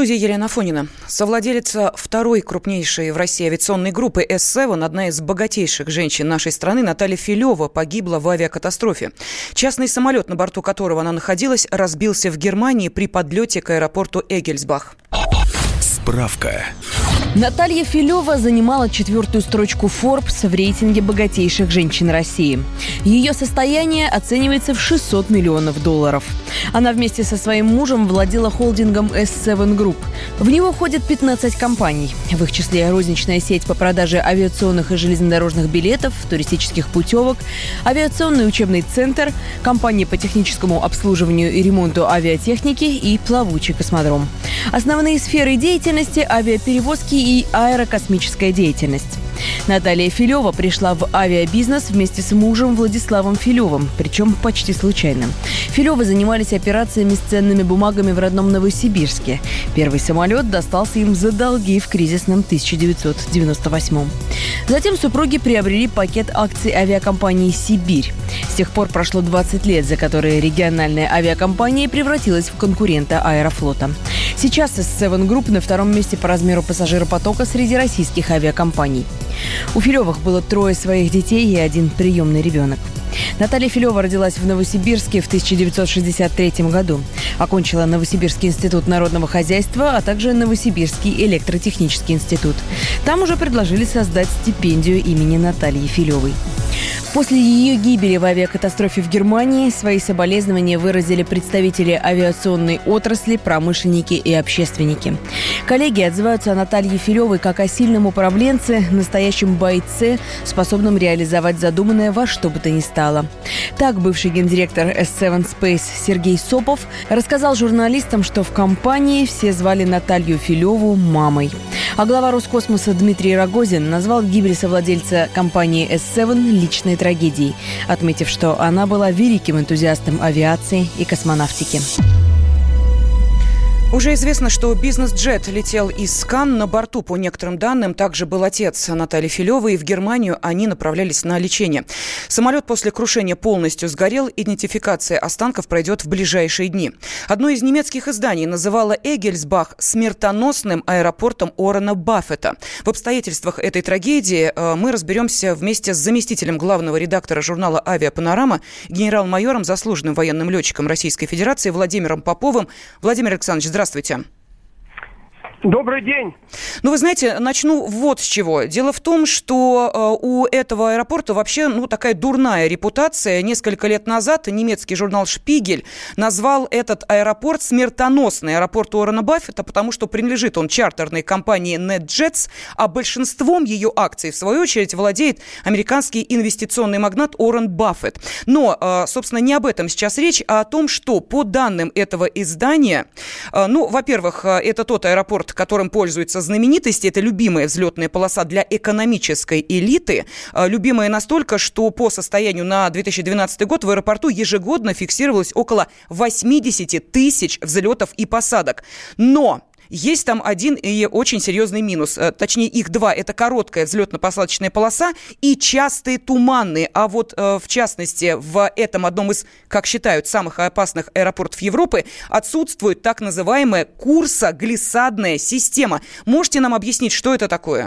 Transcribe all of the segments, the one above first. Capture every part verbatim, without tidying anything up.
студии Елена Афонина. Совладелица второй крупнейшей в России авиационной группы эс семь, одна из богатейших женщин нашей страны, Наталья Филева, погибла в авиакатастрофе. Частный самолет, на борту которого она находилась, разбился в Германии при подлете к аэропорту Эгельсбах. Справка. Наталья Филева занимала четвертую строчку Forbes в рейтинге богатейших женщин России. Ее состояние оценивается в шестьсот миллионов долларов. Она вместе со своим мужем владела холдингом эс семь Group. В него входят пятнадцать компаний. В их числе розничная сеть по продаже авиационных и железнодорожных билетов, туристических путевок, авиационный учебный центр, компания по техническому обслуживанию и ремонту авиатехники и плавучий космодром. Основные сферы деятельности – авиаперевозки и аэрокосмическая деятельность. Наталья Филева пришла в авиабизнес вместе с мужем Владиславом Филевым, причем почти случайно. Филевы занимались операциями с ценными бумагами в родном Новосибирске. Первый самолет достался им за долги в кризисном тысяча девятьсот девяносто восьмом. Затем супруги приобрели пакет акций авиакомпании «Сибирь». С тех пор прошло двадцать лет, за которые региональная авиакомпания превратилась в конкурента Аэрофлота. Сейчас эс семь Group на втором месте по размеру пассажиропотока среди российских авиакомпаний. У Филевых было трое своих детей и один приемный ребенок. Наталья Филева родилась в Новосибирске в тысяча девятьсот шестьдесят третьем году. Окончила Новосибирский институт народного хозяйства, а также Новосибирский электротехнический институт. Там уже предложили создать стипендию имени Натальи Филевой. После ее гибели в авиакатастрофе в Германии свои соболезнования выразили представители авиационной отрасли, промышленники и общественники. Коллеги отзываются о Наталье Филевой как о сильном управленце, настоящем бойце, способном реализовать задуманное во что бы то ни стало. Так бывший гендиректор эс семь Space Сергей Сопов рассказал журналистам, что в компании все звали Наталью Филеву мамой. А глава Роскосмоса Дмитрий Рогозин назвал гибель совладельца компании эс семь личной трагедией, отметив, что она была великим энтузиастом авиации и космонавтики. Уже известно, что бизнес-джет летел из Канн. На борту, по некоторым данным, также был отец Натальи Филевой, и в Германию они направлялись на лечение. Самолет после крушения полностью сгорел. Идентификация останков пройдет в ближайшие дни. Одно из немецких изданий называло Эгельсбах смертоносным аэропортом Уоррена Баффета. В обстоятельствах этой трагедии мы разберемся вместе с заместителем главного редактора журнала «Авиапанорама», генерал-майором, заслуженным военным летчиком Российской Федерации Владимиром Поповым. Владимир Александрович, здравствуйте. Здравствуйте. Добрый день. Ну, вы знаете, начну вот с чего. Дело в том, что э, у этого аэропорта вообще, ну, такая дурная репутация. Несколько лет назад немецкий журнал «Шпигель» назвал этот аэропорт смертоносный аэропорт Уоррена Баффета, потому что принадлежит он чартерной компании NetJets, а большинством ее акций, в свою очередь, владеет американский инвестиционный магнат Уоррен Баффет. Но, э, собственно, не об этом сейчас речь, а о том, что по данным этого издания, э, ну, во-первых, э, это тот аэропорт, которым пользуются знаменитости. Это любимая взлетная полоса для экономической элиты. Любимая настолько, что по состоянию на две тысячи двенадцатый год в аэропорту ежегодно фиксировалось около восемьдесят тысяч взлетов и посадок. Но есть там один и очень серьезный минус. Точнее, их два. Это короткая взлетно-посадочная полоса и частые туманные. А вот, в частности, в этом одном из, как считают, самых опасных аэропортов Европы отсутствует так называемая курсоглиссадная система. Можете нам объяснить, что это такое?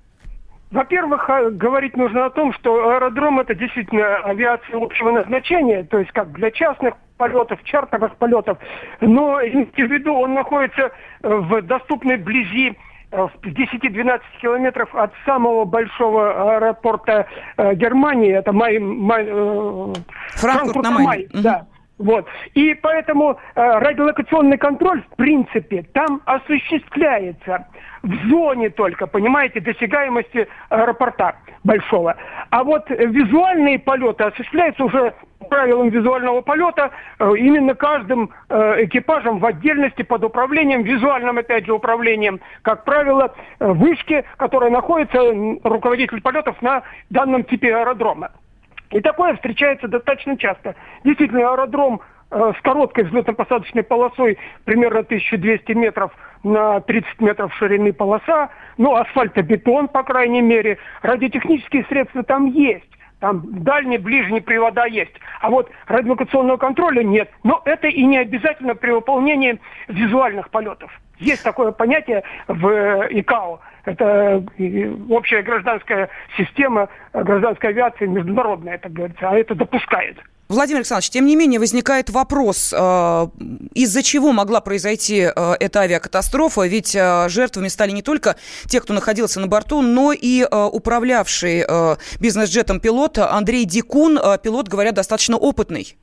Во-первых, говорить нужно о том, что аэродром – это действительно авиация общего назначения, то есть как для частных полетов, чартерных полетов, но, имейте в виду, он находится в доступной вблизи, в десять-двенадцать километров от самого большого аэропорта э, Германии, это Май, Май, э, Франкфурт на Майне. Май, да. Вот. И поэтому э, радиолокационный контроль, в принципе, там осуществляется в зоне только, понимаете, досягаемости аэропорта большого. А вот визуальные полеты осуществляются уже по правилам визуального полета э, именно каждым э, экипажем в отдельности под управлением, визуальным, опять же, управлением, как правило, э, вышки, которая находится, э, руководитель полетов на данном типе аэродрома. И такое встречается достаточно часто. Действительно, аэродром э, с короткой взлетно-посадочной полосой, примерно тысяча двести метров на тридцать метров ширины полоса, ну, асфальтобетон, по крайней мере, радиотехнические средства там есть. Там дальние, ближние привода есть. А вот радиолокационного контроля нет. Но это и не обязательно при выполнении визуальных полетов. Есть такое понятие в ИКАО. Это общая гражданская система, гражданской авиации, международная, так говорится, а это допускает. Владимир Александрович, тем не менее, возникает вопрос, из-за чего могла произойти эта авиакатастрофа, ведь жертвами стали не только те, кто находился на борту, но и управлявший бизнес-джетом пилот Андрей Дикун, пилот, говорят, достаточно опытный.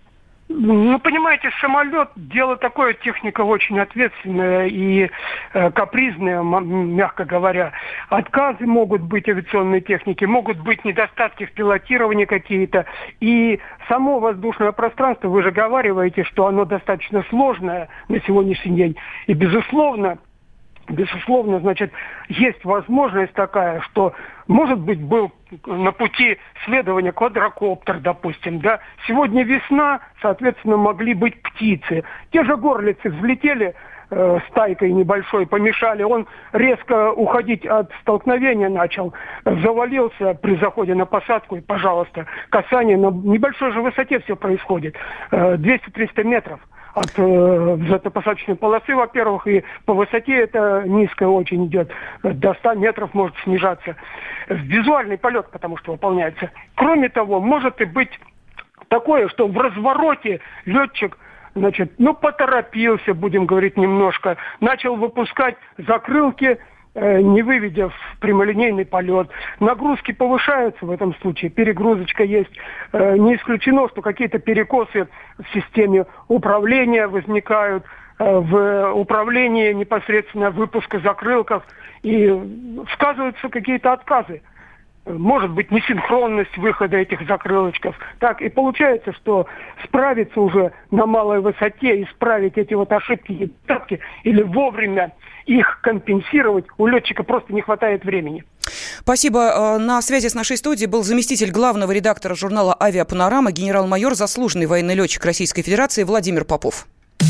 Ну, понимаете, самолет – дело такое, техника очень ответственная и э, капризная, мягко говоря. Отказы могут быть авиационной техники, могут быть недостатки в пилотировании какие-то. И само воздушное пространство, вы же говорите, что оно достаточно сложное на сегодняшний день. И, безусловно, Безусловно, значит, есть возможность такая, что, может быть, был на пути следования квадрокоптер, допустим, да. Сегодня весна, соответственно, могли быть птицы. Те же горлицы взлетели э, стайкой небольшой, помешали. Он резко уходить от столкновения начал, завалился при заходе на посадку, и, пожалуйста, касание на небольшой же высоте все происходит, э, двести-триста метров. От э, взлетно-посадочной полосы, во-первых, и по высоте это низкая очень идет, до ста метров может снижаться. Визуальный полет, потому что выполняется. Кроме того, может и быть такое, что в развороте летчик, значит, ну, поторопился, будем говорить, немножко, начал выпускать закрылки, не выведя в прямолинейный полет. Нагрузки повышаются в этом случае, перегрузочка есть. Не исключено, что какие-то перекосы в системе управления возникают, в управлении непосредственно выпуска закрылков, и сказываются какие-то отказы. Может быть, несинхронность выхода этих закрылочков. Так, и получается, что справиться уже на малой высоте, исправить эти вот ошибки и недостатки, или вовремя их компенсировать, у летчика просто не хватает времени. Спасибо. На связи с нашей студией был заместитель главного редактора журнала «Авиапанорама», генерал-майор, заслуженный военный летчик Российской Федерации Владимир Попов.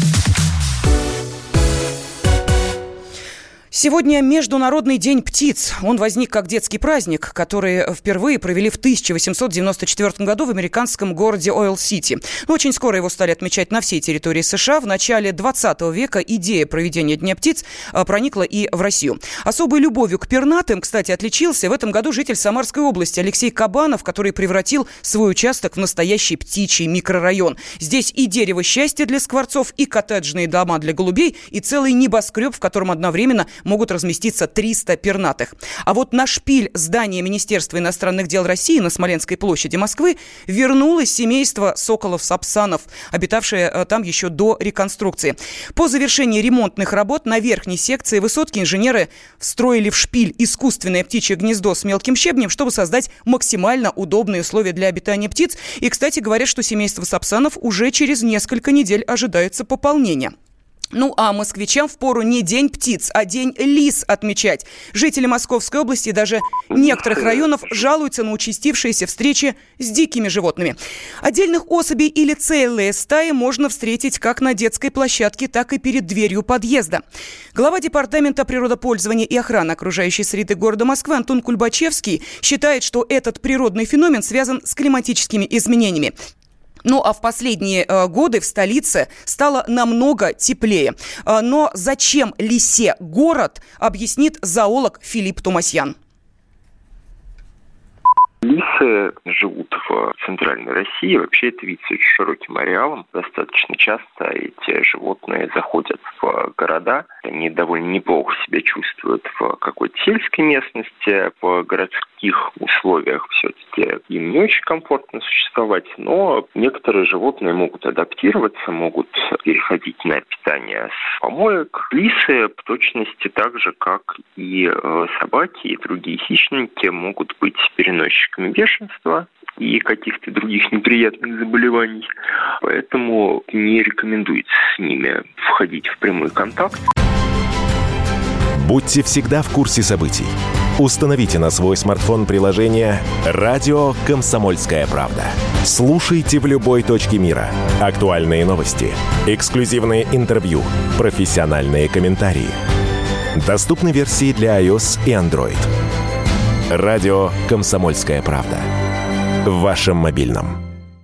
Сегодня Международный день птиц. Он возник как детский праздник, который впервые провели в тысяча восемьсот девяносто четвёртом году в американском городе Ойл-Сити. Но очень скоро его стали отмечать на всей территории США. В начале двадцатого века идея проведения Дня птиц проникла и в Россию. Особой любовью к пернатым, кстати, отличился в этом году житель Самарской области Алексей Кабанов, который превратил свой участок в настоящий птичий микрорайон. Здесь и дерево счастья для скворцов, и коттеджные дома для голубей, и целый небоскреб, в котором одновременно могут разместиться триста пернатых. А вот на шпиль здания Министерства иностранных дел России на Смоленской площади Москвы вернулось семейство соколов-сапсанов, обитавшее там еще до реконструкции. По завершении ремонтных работ на верхней секции высотки инженеры встроили в шпиль искусственное птичье гнездо с мелким щебнем, чтобы создать максимально удобные условия для обитания птиц. И, кстати, говорят, что семейство сапсанов уже через несколько недель ожидается пополнения. Ну, а москвичам впору не День птиц, а День лис отмечать. Жители Московской области и даже некоторых районов жалуются на участившиеся встречи с дикими животными. Отдельных особей или целые стаи можно встретить как на детской площадке, так и перед дверью подъезда. Глава Департамента природопользования и охраны окружающей среды города Москвы Антон Кульбачевский считает, что этот природный феномен связан с климатическими изменениями. Ну, а в последние э, годы в столице стало намного теплее. Э, но зачем лисе город, объяснит зоолог Филипп Тумасьян. Лисы живут в центральной России. Вообще это вид с очень широким ареалом. Достаточно часто эти животные заходят в города. Они довольно неплохо себя чувствуют в какой-то сельской местности. В городских условиях все-таки им не очень комфортно существовать. Но некоторые животные могут адаптироваться, могут переходить на питание с помоек. Лисы в точности так же, как и собаки и другие хищники, могут быть переносчиками бешенства и каких-то других неприятных заболеваний. Поэтому не рекомендуется с ними входить в прямой контакт. Будьте всегда в курсе событий. Установите на свой смартфон приложение «Радио Комсомольская правда». Слушайте в любой точке мира. Актуальные новости, эксклюзивные интервью, профессиональные комментарии. Доступны версии для iOS и Android. Радио «Комсомольская правда». В вашем мобильном.